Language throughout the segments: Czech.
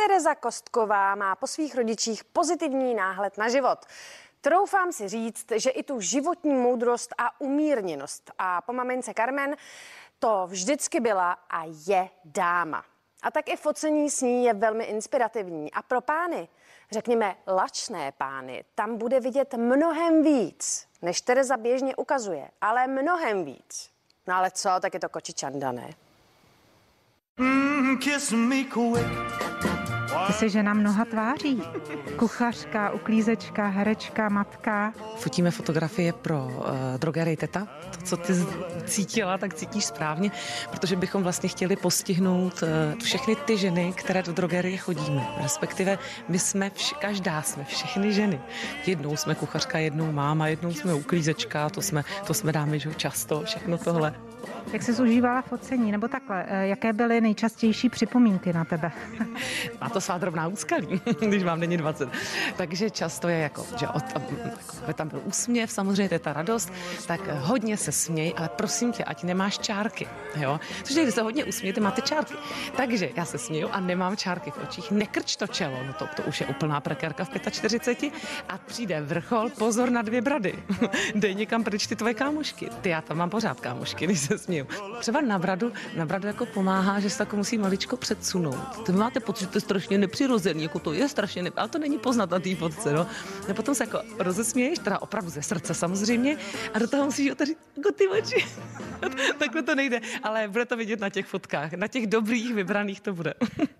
Tereza Kostková má po svých rodičích pozitivní náhled na život. Troufám si říct, že i tu životní moudrost a umírněnost. A po mamince Carmen to vždycky byla a je dáma. A tak i focení s ní je velmi inspirativní. A pro pány, řekněme lačné pány, tam bude vidět mnohem víc, než Tereza běžně ukazuje, ale mnohem víc. No ale co, tak je to kočičanda, ne? Ty jsi žena mnoha tváří. Kuchařka, uklízečka, herečka, matka. Fotíme fotografie pro drogerii Teta. To, co ty cítila, tak cítíš správně, protože bychom vlastně chtěli postihnout všechny ty ženy, které do drogerie chodíme. Respektive my jsme, každá jsme všechny ženy. Jednou jsme kuchařka, jednou máma, jednou jsme uklízečka, to jsme dámy, že často, všechno tohle. Jak jsi užívala focení, nebo takhle, jaké byly nejčastější připomínky na tebe? Má to svá drobná úskalí, když vám není 20. Takže často je jako, že tam byl úsměv, samozřejmě to je ta radost, tak hodně se směj, ale prosím tě, ať nemáš čárky, jo? Což když se hodně usmějete, máte čárky. Takže já se směju a nemám čárky v očích, nekrč to čelo, no to už je úplná prekérka v 45 a přijde vrchol, pozor na 2 brady. Dej někam pryč ty tvoje kámošky. Ty, já tam mám pořád kámošky, když se směju. Třeba na bradu jako pomáhá, že se tak musí maličko předsunout. To máte pocit, že to je strašně nepřirozený, jako to je strašně ale to není poznat na té fotce, no. A potom se jako rozesměješ, teda opravdu ze srdce samozřejmě, a do toho musíš otevřít jako ty oči. Takhle to nejde, ale bude to vidět na těch fotkách. Na těch dobrých, vybraných to bude.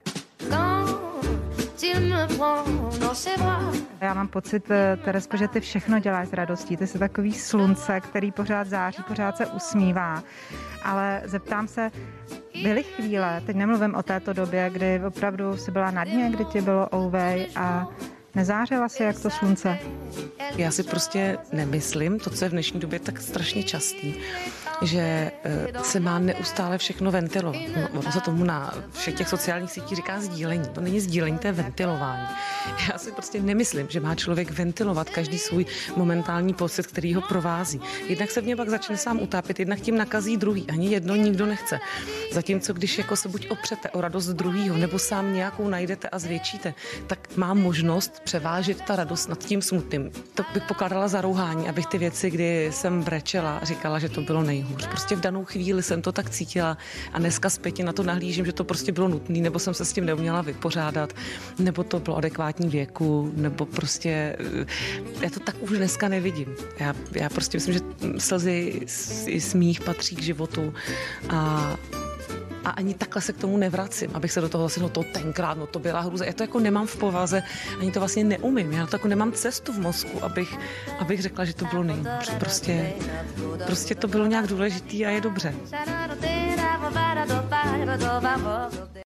Já mám pocit, Terezko, že ty všechno děláš s radostí. Ty jsi takový slunce, který pořád září, pořád se usmívá. Ale zeptám se, byly chvíle, teď nemluvím o této době, kdy opravdu jsi byla na dně, kdy ti bylo ouvej a nezářila si jak to slunce? Já si prostě nemyslím, to, co je v dnešní době tak strašně častý, že se má neustále všechno ventilovat. No, ono se tomu na všech těch sociálních sítích říká sdílení. To není sdílení, to je ventilování. Já si prostě nemyslím, že má člověk ventilovat každý svůj momentální pocit, který ho provází. Jednak se v něm pak začne sám utápět, jednak tím nakazí druhý. Ani jedno nikdo nechce. Zatímco když jako se buď opřete o radost druhýho, nebo sám nějakou najdete a zvětšíte, tak má možnost převážit ta radost nad tím smutným. To bych pokládala za rouhání, abych ty věci, kdy jsem brečela, říkala, že to bylo nejhůř. Prostě v danou chvíli jsem to tak cítila a dneska zpětně na to nahlížím, že to prostě bylo nutné, nebo jsem se s tím neuměla vypořádat, nebo to bylo adekvátní věku, nebo prostě já to tak už dneska nevidím. Já prostě myslím, že slzy i smích patří k životu a ani takhle se k tomu nevracím, abych se do toho vlastně, no to tenkrát, no to byla hrůza. Já to jako nemám v povaze, ani to vlastně neumím. Já to jako nemám cestu v mozku, abych řekla, že to bylo nejhůř. Prostě to bylo nějak důležitý a je dobře.